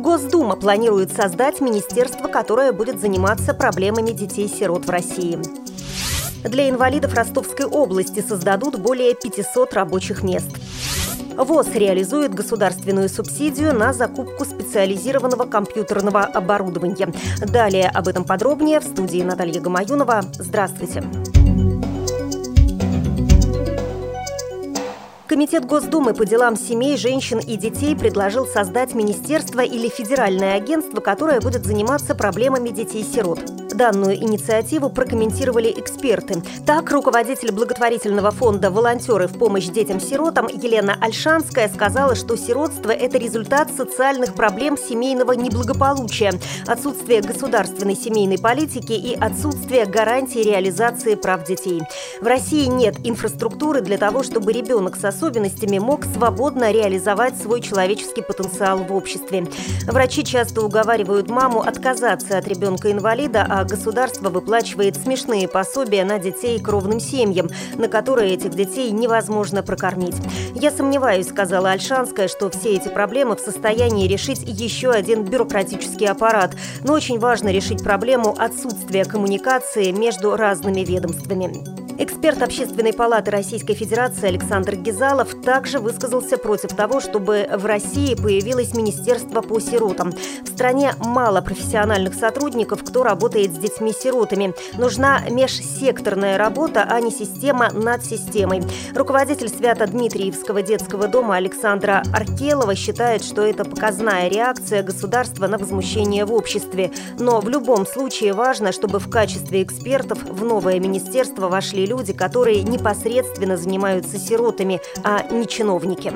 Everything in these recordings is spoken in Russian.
Госдума планирует создать министерство, которое будет заниматься проблемами детей-сирот в России. Для инвалидов Ростовской области создадут более 500 рабочих мест. ВОС реализует государственную субсидию на закупку специализированного компьютерного оборудования. Далее об этом подробнее в студии Наталья Гамаюнова. Здравствуйте. Комитет Госдумы по делам семей, женщин и детей предложил создать министерство или федеральное агентство, которое будет заниматься проблемами детей-сирот. Данную инициативу прокомментировали эксперты. Так, руководитель благотворительного фонда «Волонтеры в помощь детям-сиротам» Елена Ольшанская сказала, что сиротство – это результат социальных проблем семейного неблагополучия, отсутствия государственной семейной политики и отсутствия гарантий реализации прав детей. В России нет инфраструктуры для того, чтобы ребенок с особенностями мог свободно реализовать свой человеческий потенциал в обществе. Врачи часто уговаривают маму отказаться от ребенка-инвалида, а государство выплачивает смешные пособия на детей кровным семьям, на которые этих детей невозможно прокормить. «Я сомневаюсь», — сказала Ольшанская, «что все эти проблемы в состоянии решить еще один бюрократический аппарат. Но очень важно решить проблему отсутствия коммуникации между разными ведомствами». Эксперт Общественной палаты Российской Федерации Александр Гизалов также высказался против того, чтобы в России появилось министерство по сиротам. В стране мало профессиональных сотрудников, кто работает с детьми-сиротами. Нужна межсекторная работа, а не система над системой. Руководитель Свято-Дмитриевского детского дома Александра Аркелова считает, что это показная реакция государства на возмущение в обществе. Но в любом случае важно, чтобы в качестве экспертов в новое министерство вошли люди, которые непосредственно занимаются сиротами, а не чиновники.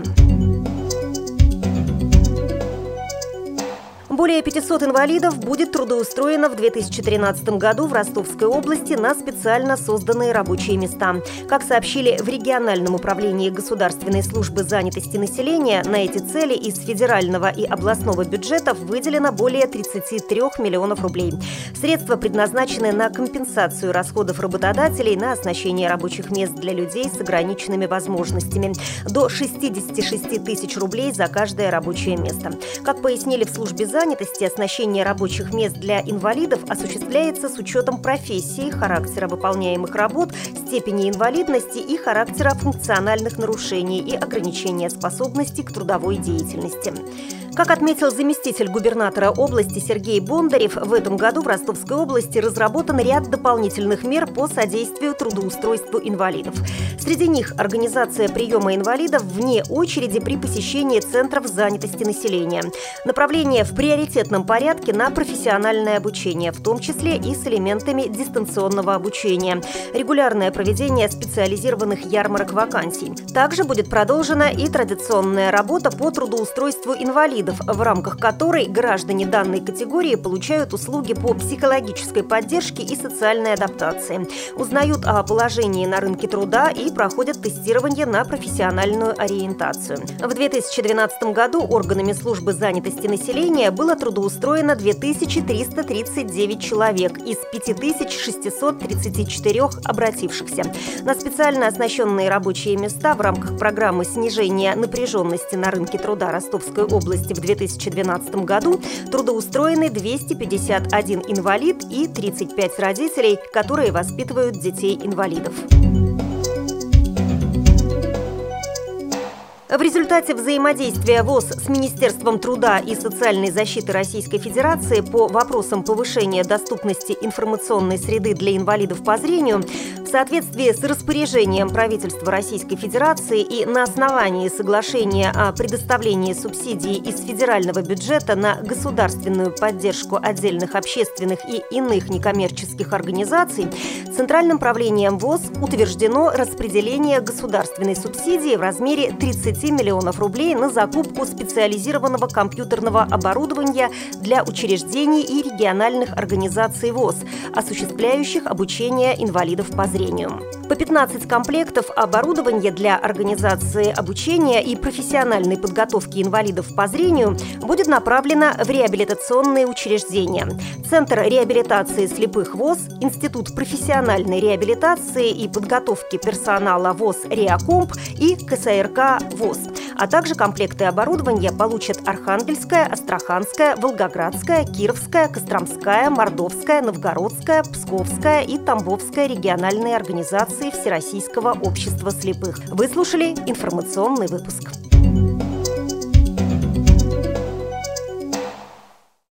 Более 500 инвалидов будет трудоустроено в 2013 году в Ростовской области на специально созданные рабочие места. Как сообщили в региональном управлении Государственной службы занятости населения, на эти цели из федерального и областного бюджетов выделено более 33 миллионов рублей. Средства предназначены на компенсацию расходов работодателей на оснащение рабочих мест для людей с ограниченными возможностями. До 66 тысяч рублей за каждое рабочее место. Как пояснили в службе занятости, оснащение рабочих мест для инвалидов осуществляется с учетом профессии, характера выполняемых работ, степени инвалидности и характера функциональных нарушений и ограничения способностей к трудовой деятельности. Как отметил заместитель губернатора области Сергей Бондарев, в этом году в Ростовской области разработан ряд дополнительных мер по содействию трудоустройству инвалидов. Среди них организация приема инвалидов вне очереди при посещении центров занятости населения, направление в приоритетном порядке на профессиональное обучение, в том числе и с элементами дистанционного обучения, регулярное проведение специализированных ярмарок вакансий. Также будет продолжена и традиционная работа по трудоустройству инвалидов, в рамках которой граждане данной категории получают услуги по психологической поддержке и социальной адаптации, узнают о положении на рынке труда и проходят тестирование на профессиональную ориентацию. В 2012 году органами службы занятости населения было трудоустроено 2339 человек из 5634 обратившихся. На специально оснащенные рабочие места в рамках программы снижения напряженности на рынке труда Ростовской области в 2012 году трудоустроены 251 инвалид и 35 родителей, которые воспитывают детей-инвалидов. В результате взаимодействия ВОС с Министерством труда и социальной защиты Российской Федерации по вопросам повышения доступности информационной среды для инвалидов по зрению в соответствии с распоряжением правительства Российской Федерации и на основании соглашения о предоставлении субсидий из федерального бюджета на государственную поддержку отдельных общественных и иных некоммерческих организаций, Центральным правлением ВОС утверждено распределение государственной субсидии в размере 30 миллионов рублей на закупку специализированного компьютерного оборудования для учреждений и региональных организаций ВОС, осуществляющих обучение инвалидов по зрению. По 15 комплектов оборудования для организации обучения и профессиональной подготовки инвалидов по зрению будет направлено в реабилитационные учреждения. Центр реабилитации слепых ВОС, Институт профессиональной реабилитации и подготовки персонала ВОС «Реакомп» и КСРК ВОС, А также комплекты оборудования получат Архангельская, Астраханская, Волгоградская, Кировская, Костромская, Мордовская, Новгородская, Псковская и Тамбовская региональные организации Всероссийского общества слепых. Вы слушали информационный выпуск.